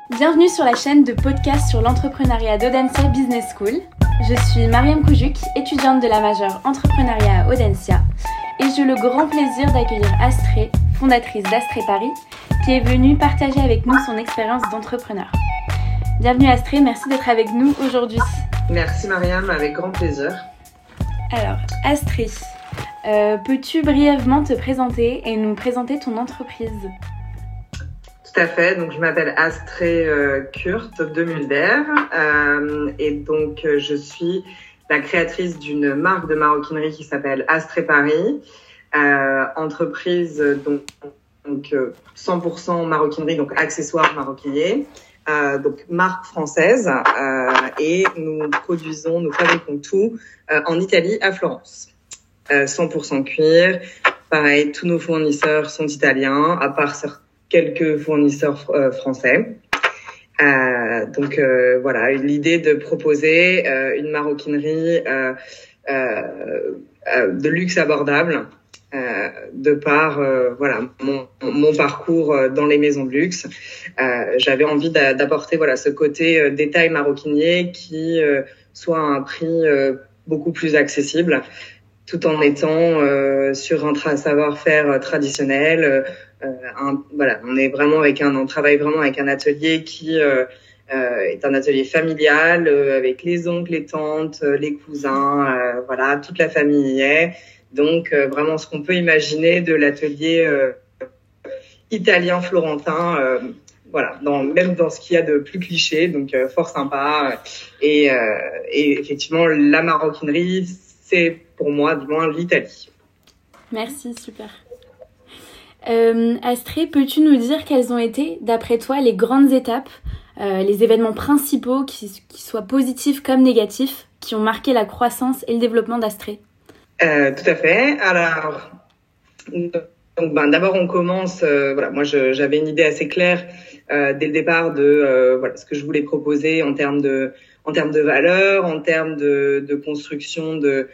Bienvenue sur la chaîne de podcast sur l'entrepreneuriat d'Audencia Business School. Je suis Mariam Koujouk, étudiante de la majeure entrepreneuriat à Audencia, et j'ai le grand plaisir d'accueillir Astrée, fondatrice d'Astrée Paris, qui est venue partager avec nous son expérience d'entrepreneur. Bienvenue Astrée, merci d'être avec nous aujourd'hui. Merci Mariam, avec grand plaisir. Alors Astrée, peux-tu brièvement te présenter et nous présenter ton entreprise ? Tout à fait, donc je m'appelle Astrée Kurt de Mulder et donc je suis la créatrice d'une marque de maroquinerie qui s'appelle Astrée Paris, entreprise donc 100% maroquinerie, donc accessoires maroquiniers, donc marque française et nous fabriquons tout en Italie à Florence. 100% cuir, pareil, tous nos fournisseurs sont italiens, à part quelques fournisseurs français. Donc voilà, l'idée de proposer une maroquinerie de luxe abordable de par voilà mon parcours dans les maisons de luxe. J'avais envie d'apporter voilà ce côté détail maroquinier qui soit à un prix beaucoup plus accessible, tout en étant sur un savoir-faire traditionnel. Voilà, on travaille vraiment avec un atelier qui est un atelier familial avec les oncles, les tantes, les cousins, voilà, toute la famille y est. Donc vraiment ce qu'on peut imaginer de l'atelier italien florentin, voilà, même dans ce qu'il y a de plus cliché, donc fort sympa. Et effectivement, la maroquinerie, c'est pour moi du moins l'Italie. Merci, super. Astrée, peux-tu nous dire quelles ont été, d'après toi, les grandes étapes, les événements principaux, qui soient positifs comme négatifs, qui ont marqué la croissance et le développement d'Astrée ? Tout à fait. Alors, donc, d'abord on commence. Voilà, moi j'avais une idée assez claire dès le départ de voilà ce que je voulais proposer en termes de valeur, en termes de construction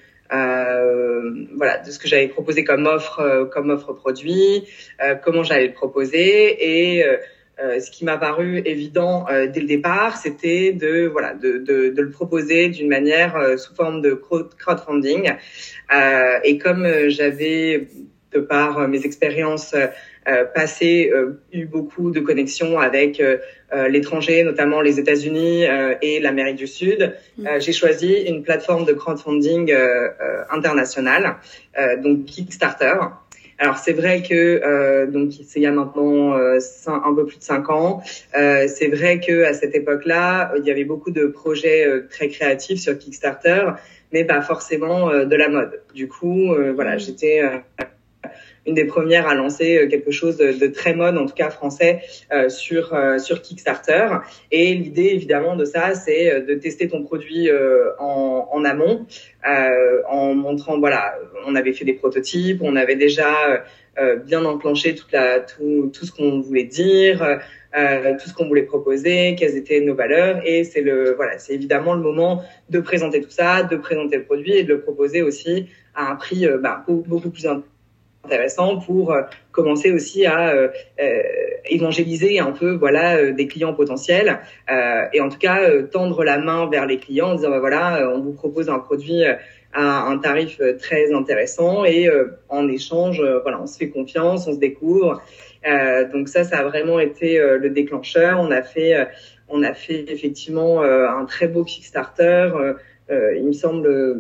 voilà, de ce que j'avais proposé comme offre produit, comment j'allais le proposer et ce qui m'a paru évident dès le départ, c'était de le proposer d'une manière sous forme de crowdfunding. Et comme j'avais, de par mes expériences passées, eu beaucoup de connexions avec l'étranger, notamment les États-Unis et l'Amérique du Sud, j'ai choisi une plateforme de crowdfunding internationale, donc Kickstarter. Alors c'est vrai que donc c'est il y a maintenant un peu plus de 5 ans. C'est vrai que à cette époque-là, il y avait beaucoup de projets très créatifs sur Kickstarter, mais pas forcément de la mode. Du coup, voilà, j'étais une des premières à lancer quelque chose de très mode, en tout cas français, sur Kickstarter. Et l'idée, évidemment, de ça, c'est de tester ton produit en amont, en montrant, voilà, on avait fait des prototypes, on avait déjà bien enclenché tout ce qu'on voulait dire, tout ce qu'on voulait proposer, quelles étaient nos valeurs. Et c'est évidemment le moment de présenter tout ça, de présenter le produit et de le proposer aussi à un prix beaucoup plus intéressant pour commencer aussi à évangéliser un peu des clients potentiels et en tout cas tendre la main vers les clients en disant on vous propose un produit à un tarif très intéressant et en échange on se fait confiance, on se découvre. Donc ça a vraiment été le déclencheur. On a fait effectivement un très beau Kickstarter. Il me semble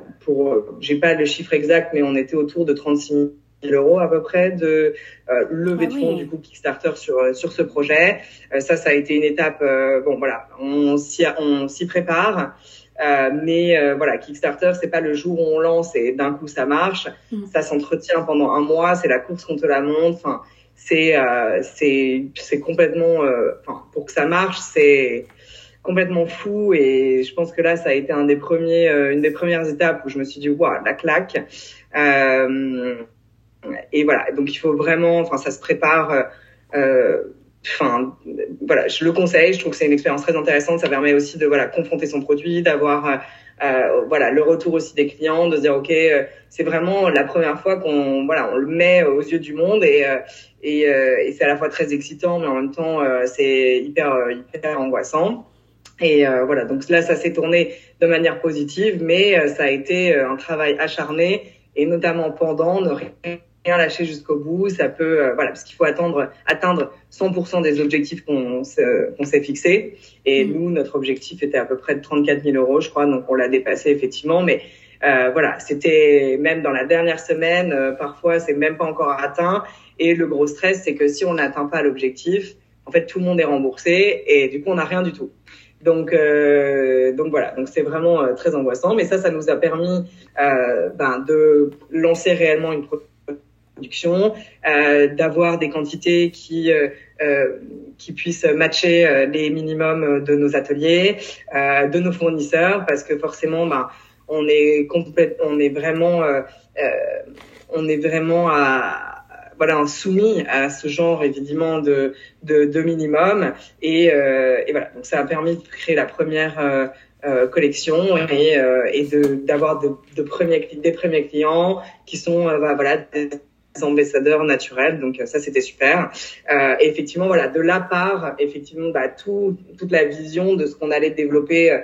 j'ai pas le chiffre exact, mais on était autour de 36 000 € à peu près de levée de fonds du coup Kickstarter sur ce projet. Ça a été une étape. On s'y prépare, mais Kickstarter, c'est pas le jour où on lance et d'un coup ça marche. Ça s'entretient pendant 1 mois. C'est la course contre la montre. Enfin, c'est complètement. Pour que ça marche, c'est complètement fou. Et je pense que là, ça a été une des premières étapes où je me suis dit waouh, la claque. Et voilà, donc il faut vraiment, ça se prépare. Je le conseille. Je trouve que c'est une expérience très intéressante. Ça permet aussi de confronter son produit, d'avoir voilà, le retour aussi des clients, de se dire ok, c'est vraiment la première fois qu'on on le met aux yeux du monde et c'est à la fois très excitant, mais en même temps c'est hyper angoissant. Et voilà, donc là ça s'est tourné de manière positive, mais ça a été un travail acharné et notamment pendant ne rien lâcher jusqu'au bout. Ça peut voilà, parce qu'il faut atteindre 100% des objectifs qu'on s'est fixés. Et nous, notre objectif était à peu près de 34 000 euros, je crois, donc on l'a dépassé effectivement, mais voilà, c'était même dans la dernière semaine, parfois c'est même pas encore atteint. Et le gros stress, c'est que si on n'atteint pas l'objectif, en fait tout le monde est remboursé et du coup on n'a rien du tout. Donc voilà, donc c'est vraiment très angoissant, mais ça nous a permis de lancer réellement une production, d'avoir des quantités qui puissent matcher les minimums de nos ateliers, de nos fournisseurs, parce que forcément, on est vraiment soumis à ce genre évidemment de minimum et voilà, donc ça a permis de créer la première collection et d'avoir des premiers clients qui sont des ambassadeurs naturels, donc ça c'était super. Et effectivement voilà, de là part effectivement toute la vision de ce qu'on allait développer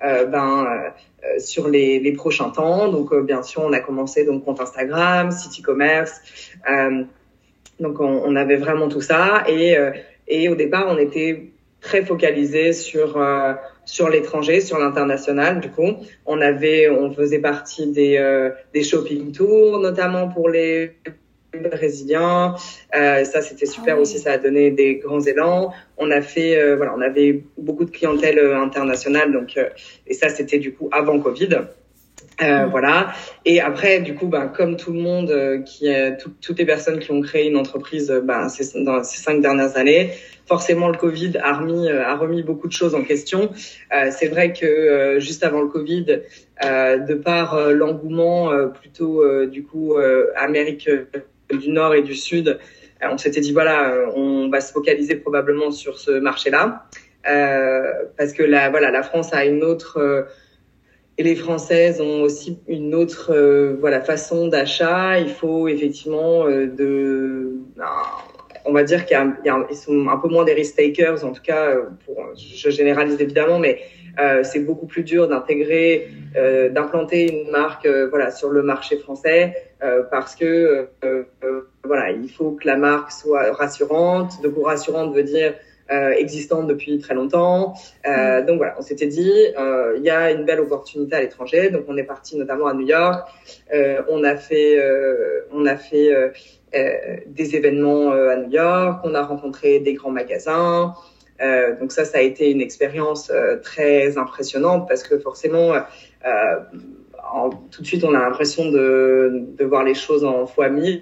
sur les prochains temps. Donc bien sûr on a commencé donc compte Instagram, site e-commerce, donc on avait vraiment tout ça et au départ on était très focalisé sur l'étranger, sur l'international. Du coup on faisait partie des shopping tours, notamment pour les Brésiliens. Ça c'était super aussi, ça a donné des grands élans. On a fait on avait beaucoup de clientèle internationale, donc et ça c'était du coup avant Covid. Voilà. Et après, du coup, comme tout le monde, toutes les personnes qui ont créé une entreprise, dans ces 5 dernières années, forcément le Covid a remis beaucoup de choses en question. C'est vrai que juste avant le Covid, de par l'engouement plutôt du coup Amérique du Nord et du Sud, on s'était dit voilà, on va se focaliser probablement sur ce marché-là, parce que la France a une autre et les Françaises ont aussi une autre façon d'achat. Il faut effectivement on va dire ils sont un peu moins des risk takers, en tout cas je généralise évidemment, mais c'est beaucoup plus dur d'implanter une marque sur le marché français parce que il faut que la marque soit rassurante. De coup, rassurante veut dire existante depuis très longtemps. Donc voilà, on s'était dit il y a une belle opportunité à l'étranger, donc on est parti notamment à New York. On a fait des événements à New York, on a rencontré des grands magasins. Donc ça a été une expérience très impressionnante parce que forcément tout de suite on a l'impression de voir les choses en fois 1000.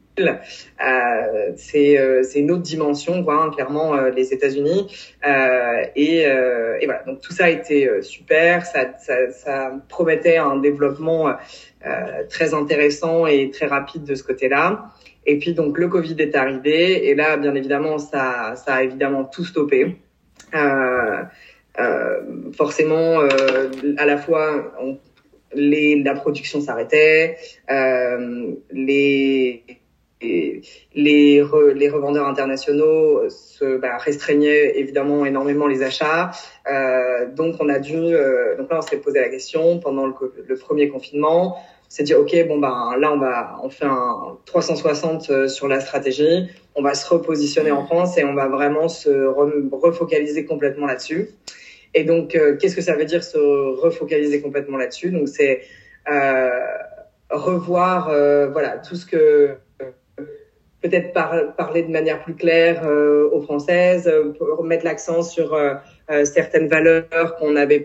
C'est une autre dimension, clairement les États-Unis. Et voilà, donc tout ça a été super. Ça promettait un développement très intéressant et très rapide de ce côté-là. Et puis donc le Covid est arrivé et là bien évidemment ça a évidemment tout stoppé. Forcément à la fois la production s'arrêtait, les revendeurs internationaux restreignaient évidemment énormément les achats. Donc on a dû donc là on s'est posé la question pendant le premier confinement. On s'est dit ok là on fait un 360 sur la stratégie. On va se repositionner en France et on va vraiment se refocaliser complètement là-dessus. Et donc qu'est-ce que ça veut dire se refocaliser complètement là-dessus? Donc c'est revoir tout ce que peut-être parler de manière plus claire aux Françaises, remettre l'accent sur certaines valeurs qu'on avait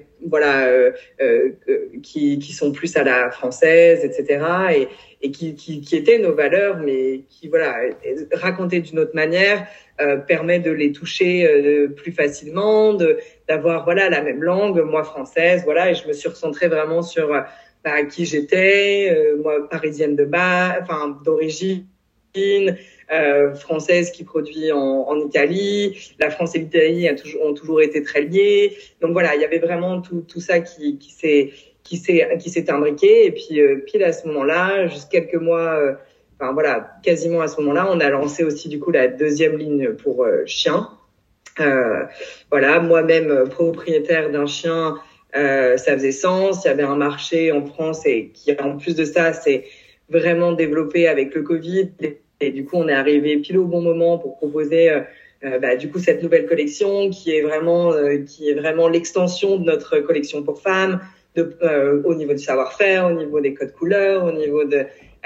qui sont plus à la française, etc. et qui étaient nos valeurs, mais qui raconter d'une autre manière permet de les toucher plus facilement, d'avoir la même langue, moi française, et je me suis recentrée vraiment sur qui j'étais, moi parisienne d'origine, française qui produit en Italie. La France et l'Italie ont toujours été très liées. Donc voilà, il y avait vraiment tout ça qui qui s'est imbriqué. Et puis pile à ce moment-là, juste quelques mois, enfin voilà, quasiment à ce moment-là, on a lancé aussi du coup la deuxième ligne pour chiens. Voilà, moi-même propriétaire d'un chien, ça faisait sens. Il y avait un marché en France et qui, en plus de ça, s'est vraiment développé avec le Covid. Et du coup, on est arrivé pile au bon moment pour proposer du coup cette nouvelle collection qui est vraiment l'extension de notre collection pour femmes, au niveau du savoir-faire, au niveau des codes couleurs, au niveau de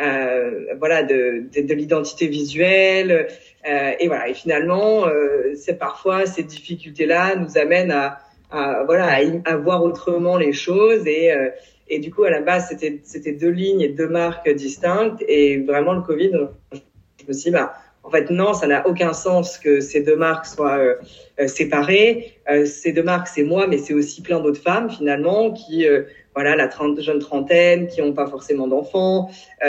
l'identité visuelle. Et voilà. Et finalement, c'est parfois ces difficultés-là nous amènent à voir autrement les choses. Et du coup, à la base, c'était deux lignes et deux marques distinctes. Et vraiment, le Covid, je me suis dit, en fait, non, ça n'a aucun sens que ces deux marques soient séparées. Ces deux marques, c'est moi, mais c'est aussi plein d'autres femmes, finalement, qui, la jeune trentaine, qui n'ont pas forcément d'enfants,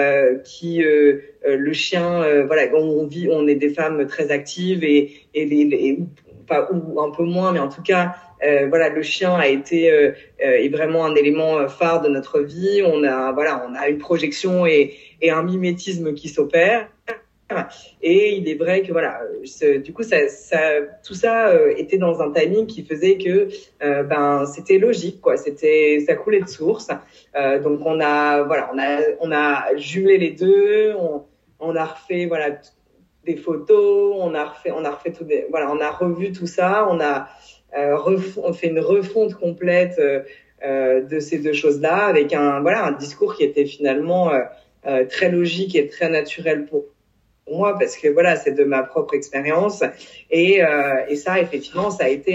le chien, on est des femmes très actives ou un peu moins, mais en tout cas, le chien a été est vraiment un élément phare de notre vie. On a une projection et un mimétisme qui s'opère. Et il est vrai que du coup tout ça était dans un timing qui faisait que c'était logique, quoi. Ça coulait de source. Donc on a jumelé les deux. On a refait des photos. On a revu tout ça. On fait une refonte complète de ces deux choses-là avec un discours qui était finalement très logique et très naturel pour moi, parce que c'est de ma propre expérience. Et ça, effectivement, ça a été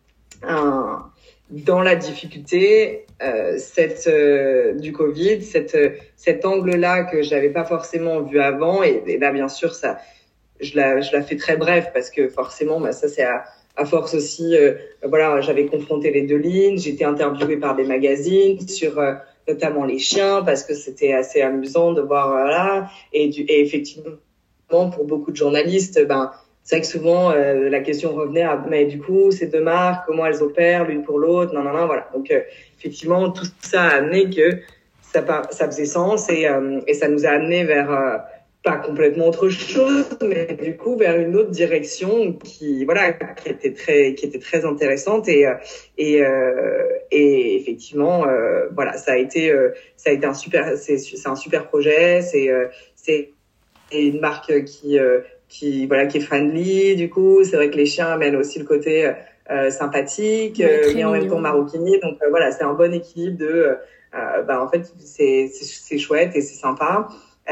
dans la difficulté du Covid, cet angle-là que j'avais pas forcément vu avant. Et là, bien sûr, ça, je la fais très bref, parce que forcément, ça c'est à force aussi. J'avais confronté les deux lignes. J'étais interviewée par des magazines sur notamment les chiens, parce que c'était assez amusant de voir et effectivement, pour beaucoup de journalistes, c'est vrai que souvent la question revenait mais du coup ces deux marques, comment elles opèrent l'une pour l'autre, voilà. Donc effectivement, tout ça a amené que ça faisait sens, et ça nous a amené vers pas complètement autre chose, mais du coup vers une autre direction qui était très intéressante. Et effectivement ça a été un super projet. C'est une marque qui est friendly. Du coup, c'est vrai que les chiens amènent aussi le côté sympathique, mais en même temps maroquinier. Donc c'est un bon équilibre de en fait c'est chouette et c'est sympa.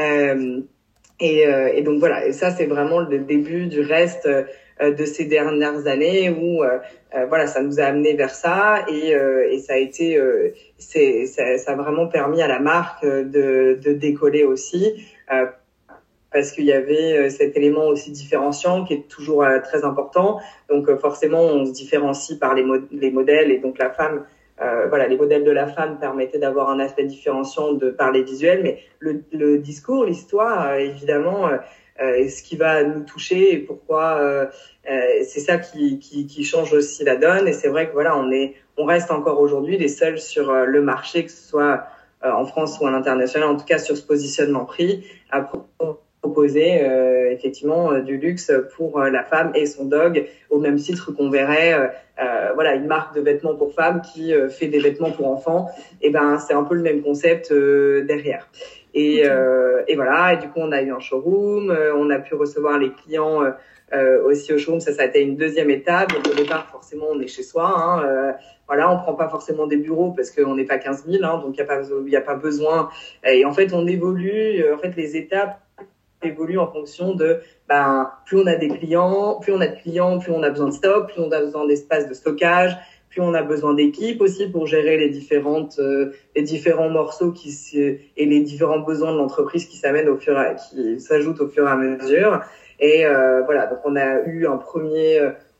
Et donc et ça c'est vraiment le début du reste de ces dernières années où ça nous a amené vers ça, et ça a été ça a vraiment permis à la marque de décoller aussi, parce qu'il y avait cet élément aussi différenciant qui est toujours très important. Donc forcément on se différencie par les modèles, et donc la femme, les modèles de la femme permettaient d'avoir un aspect différenciant par les visuels, mais le discours, l'histoire, évidemment, ce qui va nous toucher et pourquoi c'est ça qui change aussi la donne. Et c'est vrai que on reste encore aujourd'hui les seuls sur le marché, que ce soit en France ou à l'international, en tout cas sur ce positionnement prix, à proposer effectivement du luxe pour la femme et son dog, au même titre qu'on verrait une marque de vêtements pour femmes qui fait des vêtements pour enfants. Et c'est un peu le même concept derrière. Et voilà, et du coup on a eu un showroom, on a pu recevoir les clients aussi au showroom. Ça a été une deuxième étape. Donc au départ, forcément, on est chez soi, on prend pas forcément des bureaux parce qu'on n'est pas 15 000, donc il y a pas besoin. Et en fait, on évolue. Les étapes évolue en fonction de plus on a de clients, plus on a besoin de stock, plus on a besoin d'espace de stockage, plus on a besoin d'équipes aussi pour gérer les différents morceaux et les différents besoins de l'entreprise qui s'ajoutent au fur et à mesure. Et donc on a eu un premier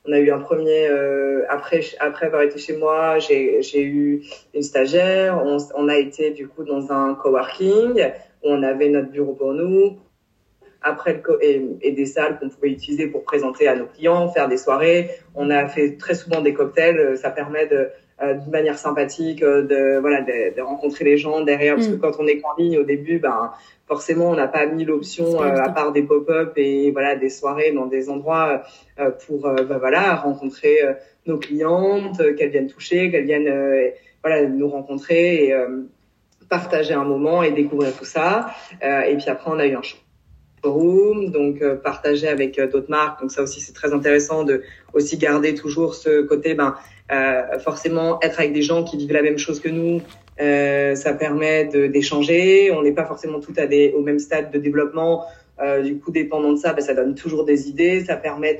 après avoir été chez moi, j'ai eu une stagiaire. On a été du coup dans un coworking où on avait notre bureau pour nous. et des salles qu'on pouvait utiliser pour présenter à nos clients, faire des soirées. On a fait très souvent des cocktails. Ça permet d'une manière sympathique de rencontrer les gens derrière, parce que quand on est en ligne au début, forcément on n'a pas mis l'option à part des pop-up et des soirées dans des endroits pour rencontrer nos clientes, qu'elles viennent toucher, qu'elles viennent nous rencontrer et partager un moment et découvrir tout ça. Et puis après on a eu un showroom, donc partager avec d'autres marques. Donc ça aussi c'est très intéressant de aussi garder toujours ce côté forcément être avec des gens qui vivent la même chose que nous. Ça permet d'échanger. On n'est pas forcément toutes au même stade de développement. Du coup, dépendant de ça, ça donne toujours des idées. Ça permet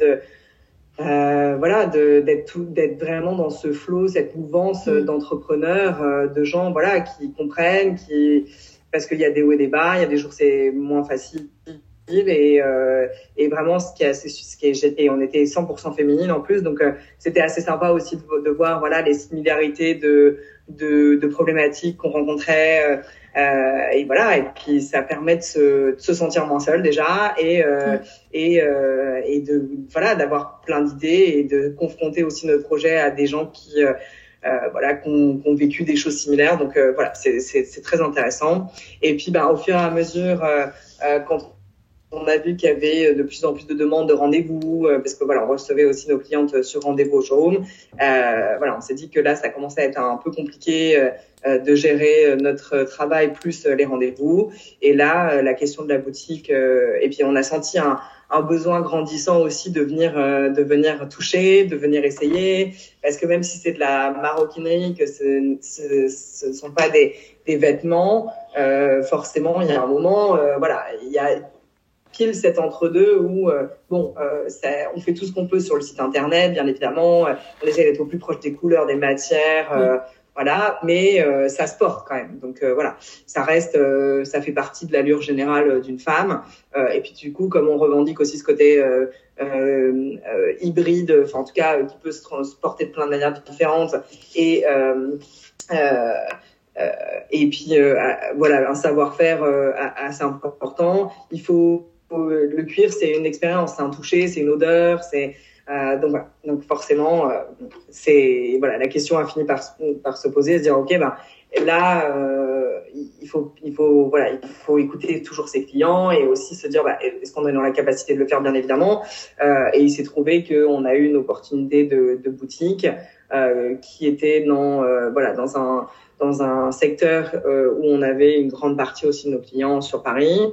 d'être vraiment dans ce flow, cette mouvance d'entrepreneurs, de gens qui comprennent, parce qu'il y a des hauts et des bas. Il y a des jours c'est moins facile. Et vraiment et on était 100% féminine en plus, donc c'était assez sympa aussi de voir les similarités de problématiques qu'on rencontrait et puis ça permet de se sentir moins seule déjà et d'avoir plein d'idées et de confronter aussi notre projet à des gens qui ont vécu des choses similaires, donc c'est très intéressant. Et puis au fur et à mesure quand on a vu qu'il y avait de plus en plus de demandes de rendez-vous, parce que on recevait aussi nos clientes sur rendez-vous au showroom. On s'est dit que là, ça commençait à être un peu compliqué de gérer notre travail plus les rendez-vous. Et là, la question de la boutique. Et puis, on a senti un besoin grandissant aussi de venir toucher, de venir essayer, parce que même si c'est de la maroquinerie, que ce sont pas des vêtements, forcément, il y a un moment, il y a pile cet entre-deux où on fait tout ce qu'on peut sur le site internet, bien évidemment, on essaie d'être au plus proche des couleurs, des matières, mais ça se porte quand même. Donc ça reste, ça fait partie de l'allure générale d'une femme. Et puis du coup, comme on revendique aussi ce côté hybride, enfin en tout cas qui peut se transporter de plein de manières différentes, et puis un savoir-faire assez important. Le cuir, c'est une expérience, c'est un toucher, c'est une odeur, c'est donc forcément c'est la question a fini par se poser, se dire ok là il faut écouter toujours ses clients et aussi se dire est-ce qu'on est dans la capacité de le faire, bien évidemment. Et il s'est trouvé qu'on a eu une opportunité de boutique qui était dans un secteur où on avait une grande partie aussi de nos clients sur Paris.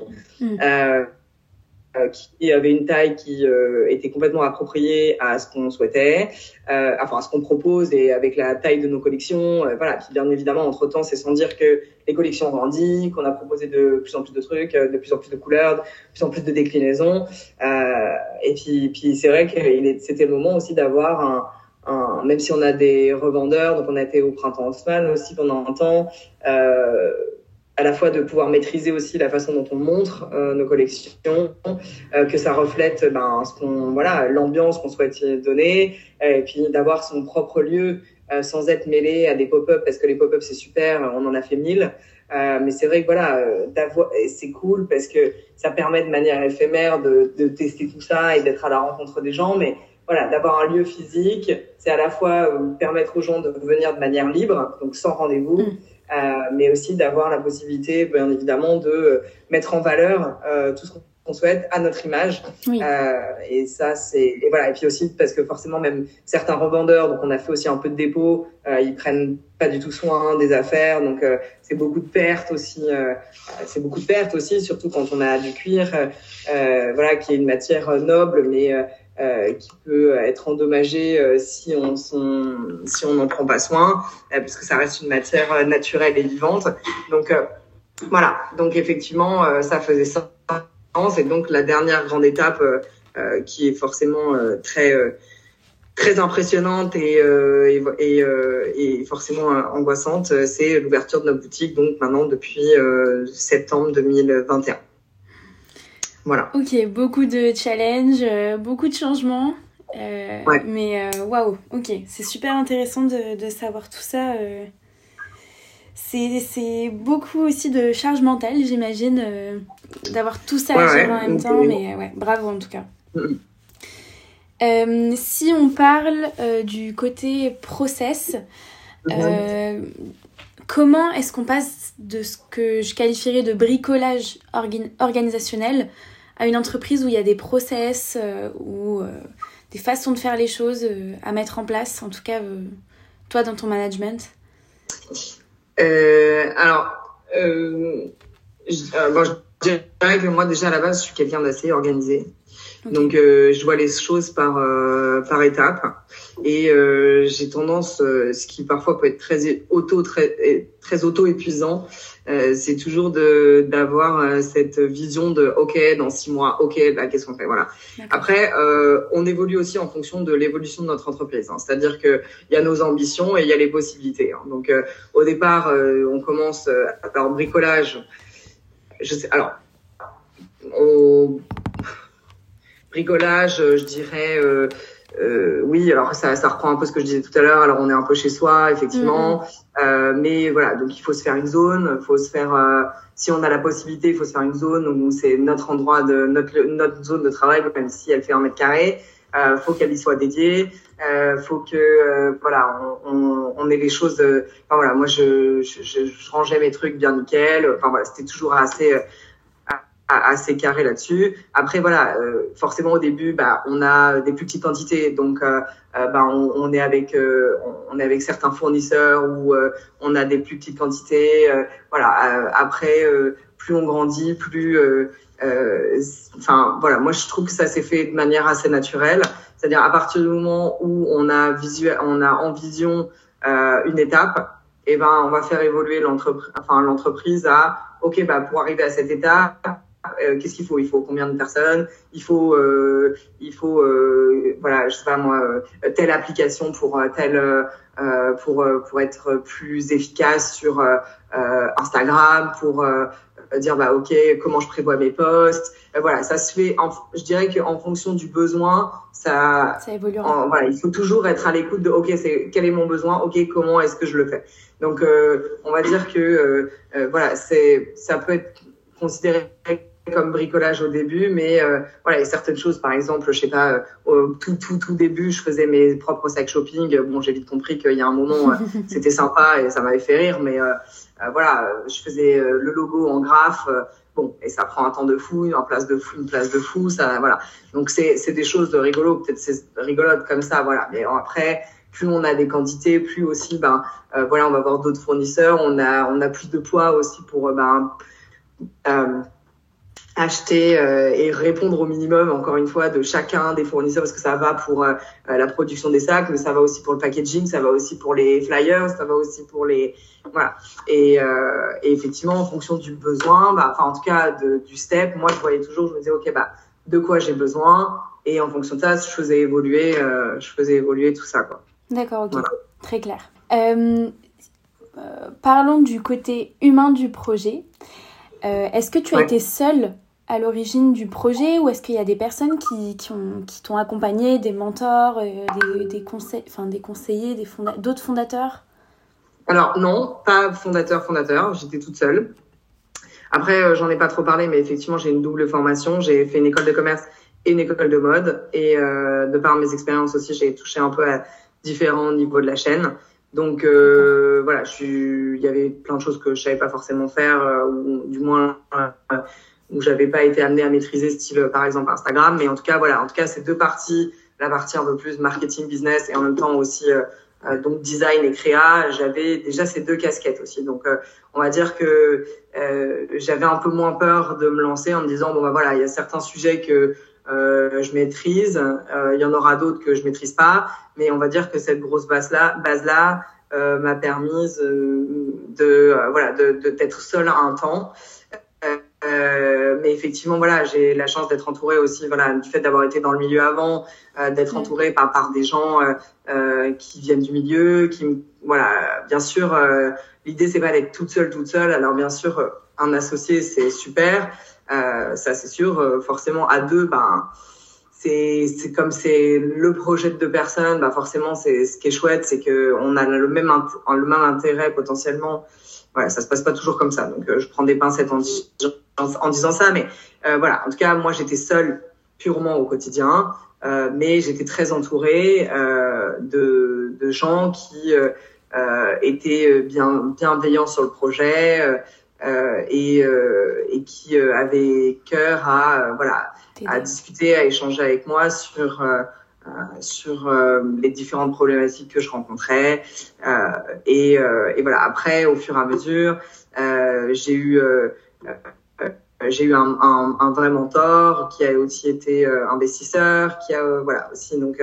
Qui avait une taille qui était complètement appropriée à ce qu'on souhaitait, à ce qu'on propose, et avec la taille de nos collections. Puis bien évidemment, entre-temps, c'est sans dire que les collections ont grandi, qu'on a proposé de plus en plus de trucs, de plus en plus de couleurs, de plus en plus de déclinaisons. Et puis c'est vrai que c'était le moment aussi d'avoir même si on a des revendeurs, donc on a été au Printemps Haussmann aussi pendant un temps, à la fois de pouvoir maîtriser aussi la façon dont on montre nos collections, que ça reflète l'ambiance qu'on souhaite y et puis d'avoir son propre lieu sans être mêlé à des pop-up, parce que les pop-up c'est super, on en a fait 1000, mais c'est vrai que c'est cool parce que ça permet de manière éphémère de tester tout ça et d'être à la rencontre des gens, mais d'avoir un lieu physique, c'est à la fois permettre aux gens de venir de manière libre, donc sans rendez-vous, mais aussi d'avoir la possibilité, bien évidemment, de mettre en valeur tout ce qu'on souhaite à notre image. Oui. Et ça, et puis aussi parce que forcément, même certains revendeurs, donc on a fait aussi un peu de dépôt, ils prennent pas du tout soin des affaires, donc c'est beaucoup de pertes aussi. Surtout quand on a du cuir, qui est une matière noble, mais qui peut être endommagé si on n'en prend pas soin, parce que ça reste une matière naturelle et vivante. Donc donc effectivement ça faisait sens, et donc la dernière grande étape qui est forcément très impressionnante et forcément angoissante, c'est l'ouverture de notre boutique, donc maintenant depuis septembre 2021. Voilà. Ok, beaucoup de challenges, beaucoup de changements, mais waouh, ok, c'est super intéressant de savoir tout ça. c'est beaucoup aussi de charge mentale, j'imagine, d'avoir tout ça à gérer en même temps. Mais ouais, bravo en tout cas. Si on parle du côté process, comment est-ce qu'on passe de ce que je qualifierais de bricolage organisationnel à une entreprise où il y a des process ou des façons de faire les choses à mettre en place, en tout cas toi dans ton management? Je dirais que moi déjà à la base je suis quelqu'un d'assez organisé. Okay. Donc je vois les choses par étapes et j'ai tendance, ce qui parfois peut être très auto-épuisant, c'est toujours d'avoir cette vision de ok dans 6 mois, ok bah qu'est-ce qu'on fait, voilà. D'accord. Après on évolue aussi en fonction de l'évolution de notre entreprise, hein. C'est-à-dire que il y a nos ambitions et il y a les possibilités, hein. Donc au départ on commence par bricolage. Bricolage, je dirais, oui, alors ça reprend un peu ce que je disais tout à l'heure. Alors on est un peu chez soi, effectivement, mais voilà, donc il faut se faire une zone, faut se faire, si on a la possibilité, il faut se faire une zone où c'est notre endroit notre zone de travail, même si elle fait 1 mètre carré. Faut qu'elle y soit dédiée, faut que voilà, on ait les choses. Enfin voilà, moi je rangeais mes trucs bien nickel. Enfin voilà, c'était toujours assez carré là-dessus. Après voilà, forcément au début on a des plus petites quantités, donc on est avec certains fournisseurs où on a des plus petites quantités, voilà. Après plus on grandit, plus voilà, moi je trouve que ça s'est fait de manière assez naturelle, c'est-à-dire à partir du moment où on a en vision une étape, et on va faire évoluer l'entreprise à ok pour arriver à cette étape, qu'est-ce qu'il faut? Il faut combien de personnes? Il faut voilà, je sais pas moi, telle application pour être plus efficace sur Instagram, pour dire ok comment je prévois mes posts, voilà, ça se fait je dirais qu'en fonction du besoin ça évoluera. Voilà, il faut toujours être à l'écoute de ok quel est mon besoin, ok comment est-ce que je le fais. Donc on va dire que voilà, ça peut être considéré comme bricolage au début, mais voilà, il y a certaines choses, par exemple, je sais pas, au tout début, je faisais mes propres sacs shopping. Bon, j'ai vite compris qu'il y a un moment, c'était sympa et ça m'avait fait rire, mais voilà, je faisais le logo en graphe, bon, et ça prend un temps de fou, une place de fou, ça, voilà. Donc c'est des choses de rigolo, peut-être c'est rigolote comme ça, voilà. Mais après, plus on a des quantités, plus aussi, voilà, on va avoir d'autres fournisseurs, on a plus de poids aussi pour, acheter et répondre au minimum, encore une fois, de chacun des fournisseurs, parce que ça va pour la production des sacs, mais ça va aussi pour le packaging, ça va aussi pour les flyers, ça va aussi pour les... Voilà. Et effectivement, en fonction du besoin, en tout cas du step, moi, je voyais toujours, je me disais, ok, de quoi j'ai besoin, et en fonction de ça, je faisais évoluer tout ça, quoi. D'accord, ok. Voilà. Très clair. Parlons du côté humain du projet. Est-ce que tu as été seule à l'origine du projet, ou est-ce qu'il y a des personnes qui t'ont accompagné, des mentors, des conseillers, d'autres fondateurs? Alors non, pas fondateur, j'étais toute seule. Après, j'en ai pas trop parlé, mais effectivement, j'ai une double formation. J'ai fait une école de commerce et une école de mode, et de par mes expériences aussi, j'ai touché un peu à différents niveaux de la chaîne. Donc voilà, il y avait plein de choses que je savais pas forcément faire, ou du moins où j'avais pas été amenée à maîtriser, style par exemple Instagram. Mais en tout cas voilà, ces deux parties, la partie un peu plus marketing business et en même temps aussi donc design et créa, j'avais déjà ces deux casquettes aussi. Donc on va dire que j'avais un peu moins peur de me lancer en me disant bon voilà, il y a certains sujets que je maîtrise, il y en aura d'autres que je maîtrise pas, mais on va dire que cette grosse base là m'a permis d'être seule un temps. Mais effectivement voilà, j'ai la chance d'être entourée aussi, voilà, du fait d'avoir été dans le milieu avant, d'être entourée par des gens qui viennent du milieu, voilà, bien sûr l'idée c'est pas d'être toute seule. Alors bien sûr un associé c'est super, ça c'est sûr, forcément à deux c'est comme c'est le projet de deux personnes, forcément c'est ce qui est chouette, c'est que on a le même intérêt potentiellement, voilà, ça se passe pas toujours comme ça. Donc, je prends des pincettes en disant ça, mais voilà. En tout cas, moi, j'étais seule purement au quotidien, mais j'étais très entourée de gens qui étaient bienveillants sur le projet et qui avaient cœur à à discuter, à échanger avec moi sur les différentes problématiques que je rencontrais et voilà. Après, au fur et à mesure, j'ai eu un vrai mentor qui a aussi été investisseur, qui a voilà aussi. Donc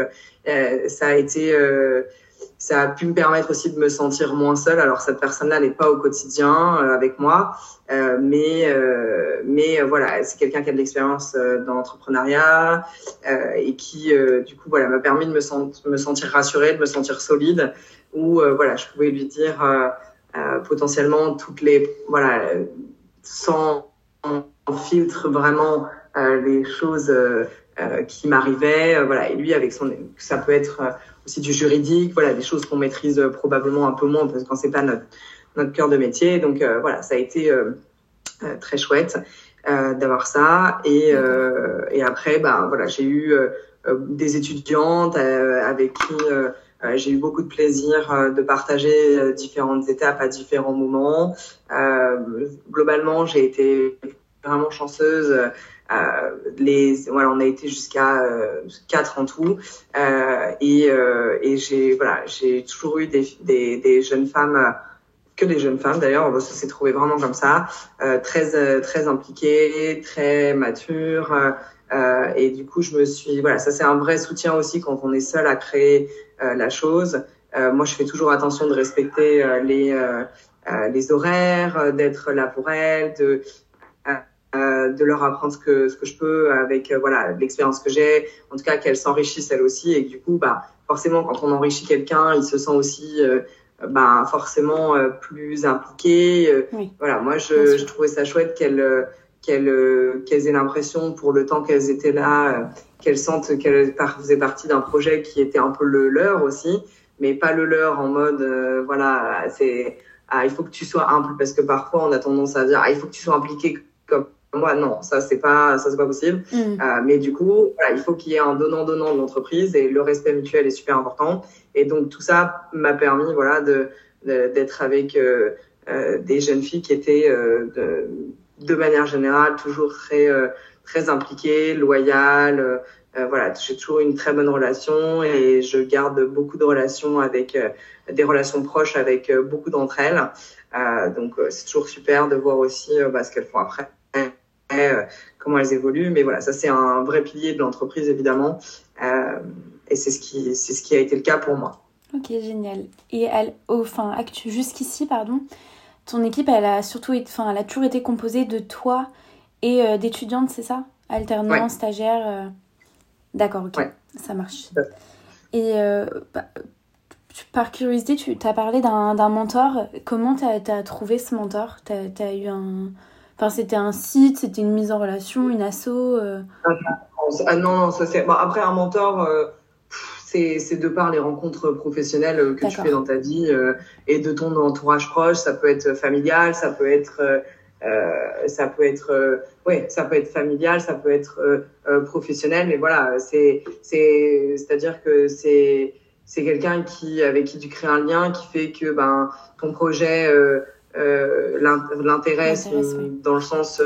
ça a pu me permettre aussi de me sentir moins seule. Alors cette personne-là n'est pas au quotidien avec moi, mais voilà, c'est quelqu'un qui a de l'expérience dans l'entrepreneuriat et qui du coup voilà m'a permis de me sentir rassurée, de me sentir solide, où voilà, je pouvais lui dire potentiellement toutes les sans filtre vraiment les choses qui m'arrivaient, voilà. Et lui, avec ça peut être aussi du juridique, voilà, des choses qu'on maîtrise probablement un peu moins parce que quand c'est pas notre cœur de métier. Donc voilà, ça a été très chouette d'avoir ça. Et après, voilà, j'ai eu des étudiantes avec qui j'ai eu beaucoup de plaisir de partager différentes étapes à différents moments. Globalement, j'ai été vraiment chanceuse. On a été jusqu'à 4 en tout, et j'ai toujours eu des jeunes femmes, que des jeunes femmes d'ailleurs, ça s'est trouvé vraiment comme ça, très impliquées, très matures, et du coup ça c'est un vrai soutien aussi quand on est seul à créer la chose. Moi je fais toujours attention de respecter les horaires, d'être là pour elles, de leur apprendre ce que je peux avec l'expérience que j'ai, en tout cas qu'elles s'enrichissent elles aussi, et que du coup forcément quand on enrichit quelqu'un, il se sent aussi forcément plus impliqué. Oui. Voilà, moi je trouvais ça chouette qu'elles aient l'impression, pour le temps qu'elles étaient là, qu'elles sentent qu'elles faisaient partie d'un projet qui était un peu le leur aussi, mais pas le leur en mode il faut que tu sois impliqué, parce que parfois on a tendance à dire il faut que tu sois impliqué comme moi. Non, ça c'est pas possible. Mais du coup voilà, il faut qu'il y ait un donnant-donnant de l'entreprise, et le respect mutuel est super important. Et donc tout ça m'a permis d'être avec des jeunes filles qui étaient de manière générale toujours très impliquées, loyales. Voilà, j'ai toujours une très bonne relation, et je garde beaucoup de relations avec des relations proches avec beaucoup d'entre elles. Donc c'est toujours super de voir aussi ce qu'elles font après, comment elles évoluent. Mais voilà, ça c'est un vrai pilier de l'entreprise évidemment, et c'est ce qui a été le cas pour moi. Ok, génial. Et jusqu'ici, ton équipe, elle a toujours été composée de toi et d'étudiantes, c'est ça? Alternants, ouais. Stagiaires. D'accord, ok, ouais. Ça marche. Ouais. Et par curiosité, tu as parlé d'un mentor. Comment t'as trouvé ce mentor? T'as eu c'était un site, c'était une mise en relation, une asso Non, ça c'est... après, un mentor, c'est de par les rencontres professionnelles que tu fais dans ta vie et de ton entourage proche. Ça peut être familial, ça peut être familial, ça peut être professionnel, mais voilà, c'est-à-dire que c'est quelqu'un avec qui tu crées un lien qui fait que ton projet l'intéresse, oui. Dans le sens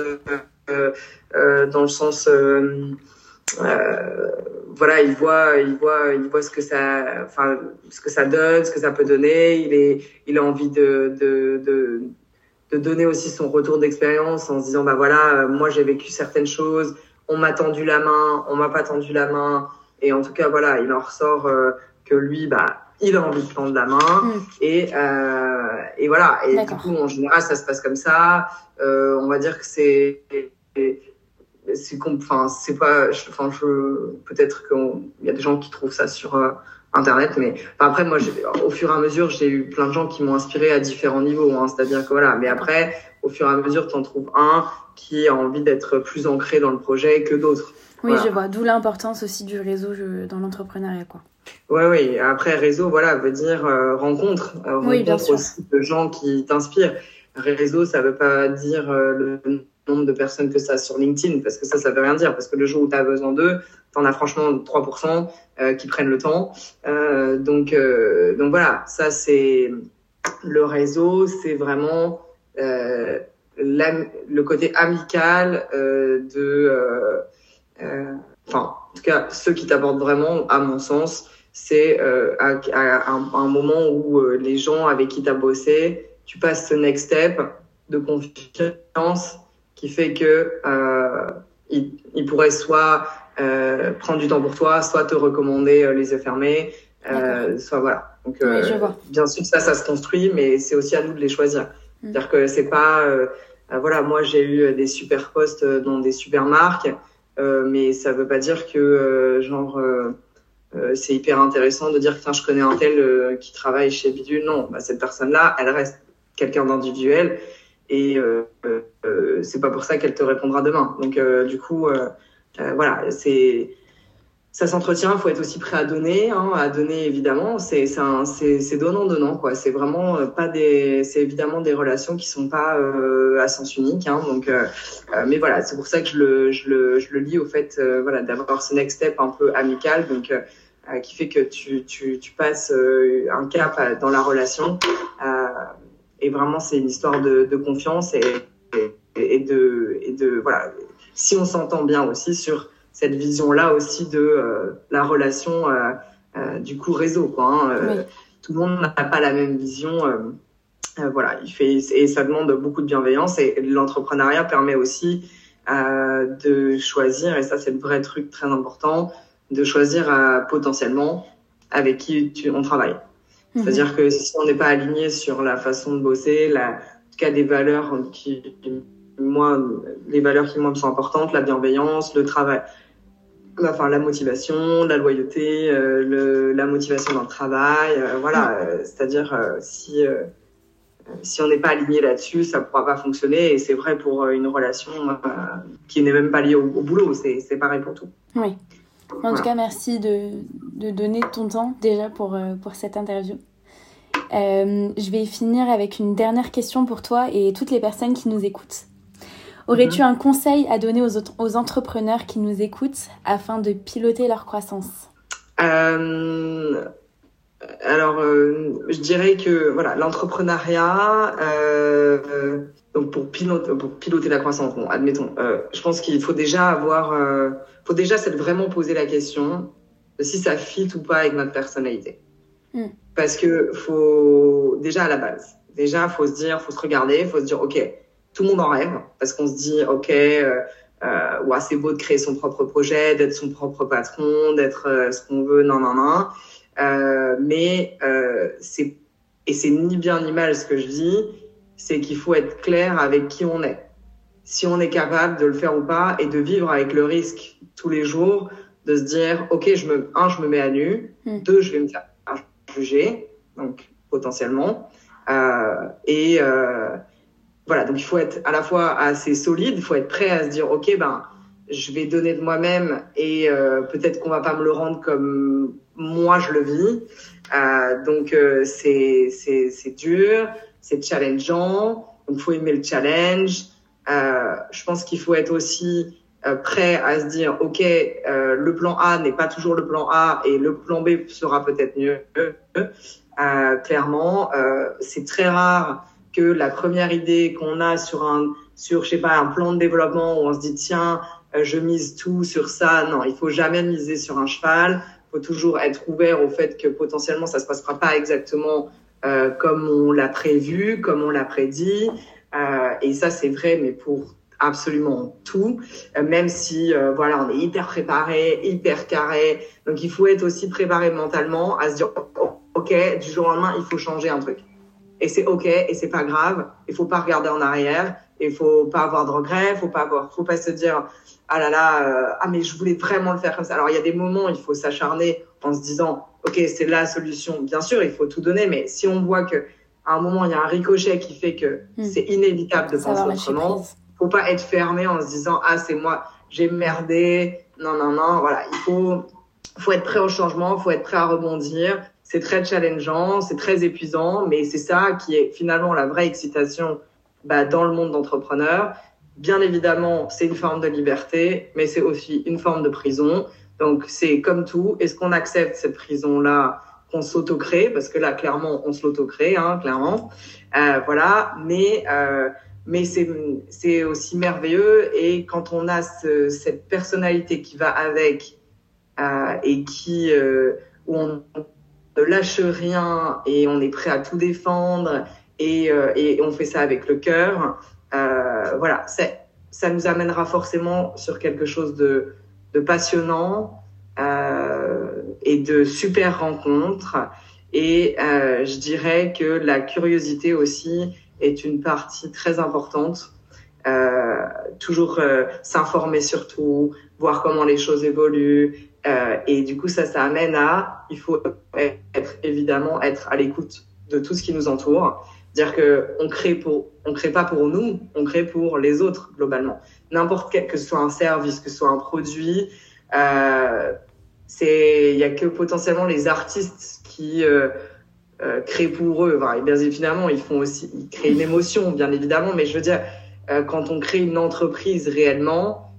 voilà, il voit ce que ça donne, ce que ça peut donner. Il a envie de donner aussi son retour d'expérience en se disant moi j'ai vécu certaines choses, on m'a tendu la main, on m'a pas tendu la main, et en tout cas voilà, il en ressort que lui il a envie de tendre la main. Et voilà, et du coup en général ça se passe comme ça. On va dire que peut-être qu'il y a des gens qui trouvent ça sur Internet, mais après moi au fur et à mesure j'ai eu plein de gens qui m'ont inspiré à différents niveaux, c'est-à-dire que voilà, mais après au fur et à mesure t'en trouves un qui a envie d'être plus ancré dans le projet que d'autres. Oui, voilà. Je vois, d'où l'importance aussi du réseau dans l'entrepreneuriat, quoi. Oui, après réseau, voilà, veut dire rencontre oui, bien sûr. Aussi de gens qui t'inspirent. réseau, ça veut pas dire le nombre de personnes que ça a sur LinkedIn, parce que ça veut rien dire, parce que le jour où tu as besoin d'eux, t'en as franchement 3% qui prennent le temps. Donc voilà, ça c'est le réseau, c'est vraiment le côté amical en tout cas, ceux qui t'apportent vraiment, à mon sens, c'est à un moment où les gens avec qui tu as bossé, tu passes ce next step de confiance qui fait que ils pourraient soit prendre du temps pour toi, soit te recommander les yeux fermés, soit voilà. Donc, oui, je vois. bien sûr, ça se construit, mais c'est aussi à nous de les choisir. C'est-à-dire que c'est pas... voilà, moi, j'ai eu des super postes dans des super marques, mais ça veut pas dire que, c'est hyper intéressant de dire que je connais un tel qui travaille chez Bidule. Non, bah, cette personne-là, elle reste quelqu'un d'individuel et c'est pas pour ça qu'elle te répondra demain. Donc, du coup, voilà, ça s'entretient, il faut être aussi prêt à donner, évidemment, c'est donnant, quoi. C'est vraiment c'est évidemment des relations qui sont pas à sens unique, donc, mais voilà, c'est pour ça que je le lie au fait, voilà, d'avoir ce next step un peu amical, donc, qui fait que tu passes un cap dans la relation, et vraiment c'est une histoire de confiance et de voilà, si on s'entend bien aussi sur cette vision-là aussi de la relation du coup réseau, quoi. Oui. Tout le monde n'a pas la même vision. Voilà, et ça demande beaucoup de bienveillance. Et l'entrepreneuriat permet aussi de choisir, et ça c'est le vrai truc très important, de choisir potentiellement avec qui on travaille. Mm-hmm. C'est-à-dire que si on n'est pas aligné sur la façon de bosser, en tout cas des valeurs les valeurs qui moi me sont importantes, la bienveillance, le travail, enfin la motivation, la loyauté, la motivation dans le travail, voilà. C'est-à-dire si on n'est pas aligné là-dessus, ça pourra pas fonctionner. Et c'est vrai pour une relation qui n'est même pas liée au boulot. C'est pareil pour tout. Oui. En tout cas, merci de donner ton temps déjà pour cette interview. Je vais finir avec une dernière question pour toi et toutes les personnes qui nous écoutent. Aurais-tu un conseil à donner aux entrepreneurs qui nous écoutent afin de piloter leur croissance ? Alors, je dirais que voilà, l'entrepreneuriat, donc pour piloter la croissance, bon, admettons, je pense qu'il faut déjà c'est vraiment poser la question de si ça fit ou pas avec notre personnalité. Parce que faut déjà à la base, faut se dire, faut se regarder, faut se dire, ok. Tout le monde en rêve parce qu'on se dit ok, ouais, c'est beau de créer son propre projet, d'être son propre patron, d'être ce qu'on veut, mais c'est ni bien ni mal ce que je dis, c'est qu'il faut être clair avec qui on est, si on est capable de le faire ou pas et de vivre avec le risque tous les jours de se dire ok, je me mets à nu, 2, je vais me faire juger, donc potentiellement, voilà, donc il faut être à la fois assez solide, il faut être prêt à se dire ok, je vais donner de moi-même et peut-être qu'on va pas me le rendre comme moi je le vis, donc c'est dur, c'est challengeant, donc il faut aimer le challenge. Je pense qu'il faut être aussi prêt à se dire ok, le plan A n'est pas toujours le plan A et le plan B sera peut-être mieux. Clairement, c'est très rare que la première idée qu'on a sur je sais pas, un plan de développement où on se dit tiens, je mise tout sur ça. Non, il faut jamais miser sur un cheval. Il faut toujours être ouvert au fait que potentiellement ça se passera pas exactement comme on l'a prévu, comme on l'a prédit. Et ça c'est vrai, mais pour absolument tout. Même si voilà, on est hyper préparé, hyper carré. Donc il faut être aussi préparé mentalement à se dire ok, du jour au lendemain il faut changer un truc. Et c'est ok, et c'est pas grave. Il faut pas regarder en arrière. Il faut pas avoir de regrets. Faut pas se dire ah là là, mais je voulais vraiment le faire comme ça. Alors il y a des moments où il faut s'acharner en se disant ok, c'est la solution. Bien sûr, il faut tout donner, mais si on voit que à un moment il y a un ricochet qui fait que c'est inévitable de penser autrement, faut pas être fermé en se disant ah c'est moi, j'ai merdé. Non, voilà, il faut être prêt au changement, faut être prêt à rebondir. C'est très challengeant, c'est très épuisant, mais c'est ça qui est finalement la vraie excitation dans le monde d'entrepreneur. Bien évidemment, c'est une forme de liberté, mais c'est aussi une forme de prison. Donc, c'est comme tout. Est-ce qu'on accepte cette prison-là qu'on s'auto-crée? Parce que là, clairement, on se l'auto-crée, clairement. Voilà. Mais c'est aussi merveilleux. Et quand on a cette personnalité qui va avec et où on ne lâche rien et on est prêt à tout défendre et on fait ça avec le cœur, voilà, ça nous amènera forcément sur quelque chose de passionnant et de super rencontres. Et je dirais que la curiosité aussi est une partie très importante. Toujours s'informer sur tout, voir comment les choses évoluent. Et du coup, ça amène il faut évidemment être à l'écoute de tout ce qui nous entoure. Dire que on crée pas pour nous, on crée pour les autres globalement. N'importe quel, que ce soit un service, que ce soit un produit, il y a que potentiellement les artistes qui créent pour eux. Enfin, bien évidemment, ils créent une émotion, bien évidemment, mais je veux dire, quand on crée une entreprise réellement,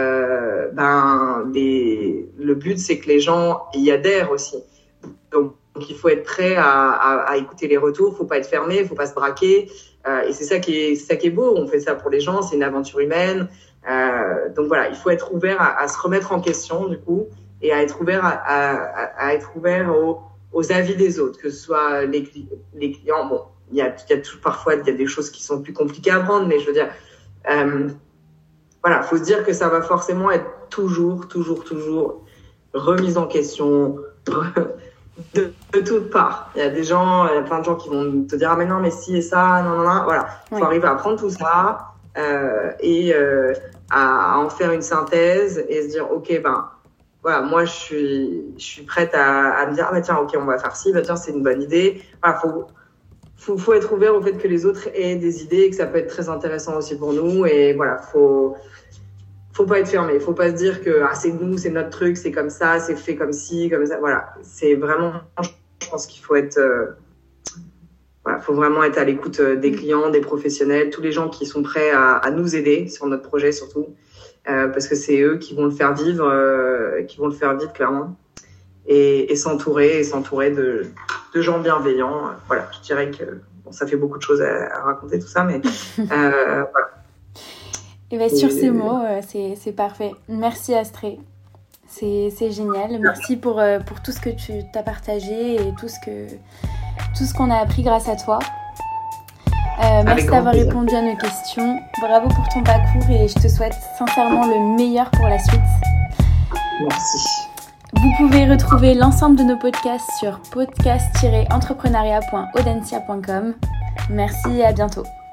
le but c'est que les gens y adhèrent aussi. Donc il faut être prêt à écouter les retours, faut pas être fermé, faut pas se braquer. Et c'est ça qui est beau. On fait ça pour les gens, c'est une aventure humaine. Donc voilà, il faut être ouvert à se remettre en question du coup et à être ouvert à être ouvert aux avis des autres, que ce soit les clients. Bon, parfois il y a des choses qui sont plus compliquées à prendre, mais je veux dire, voilà, faut se dire que ça va forcément être toujours remise en question. De toutes parts. Il y a plein de gens qui vont te dire mais non, mais si et ça, non, voilà. Faut arriver à prendre tout ça et à en faire une synthèse et se dire ok, voilà, moi je suis prête à me dire tiens, ok, on va faire ci, tiens, c'est une bonne idée. Voilà, faut être ouvert au fait que les autres aient des idées et que ça peut être très intéressant aussi pour nous. Et voilà, faut pas être fermé, faut pas se dire que c'est nous, c'est notre truc, c'est comme ça, c'est fait comme ci, comme ça. Voilà, c'est vraiment, je pense qu'il faut être faut vraiment être à l'écoute des clients, des professionnels, tous les gens qui sont prêts à nous aider sur notre projet surtout, parce que c'est eux qui vont le faire vivre clairement, et s'entourer de gens bienveillants. Voilà, je dirais que ça fait beaucoup de choses à raconter tout ça, mais voilà. Et sur ces mots, c'est parfait. Merci Astrée, c'est génial. Merci pour tout ce que tu t'as partagé et tout ce qu'on a appris grâce à toi. Merci d'avoir répondu à nos questions. Bravo pour ton parcours et je te souhaite sincèrement le meilleur pour la suite. Merci. Vous pouvez retrouver l'ensemble de nos podcasts sur podcast-entrepreneuriat.audencia.com. Merci et à bientôt.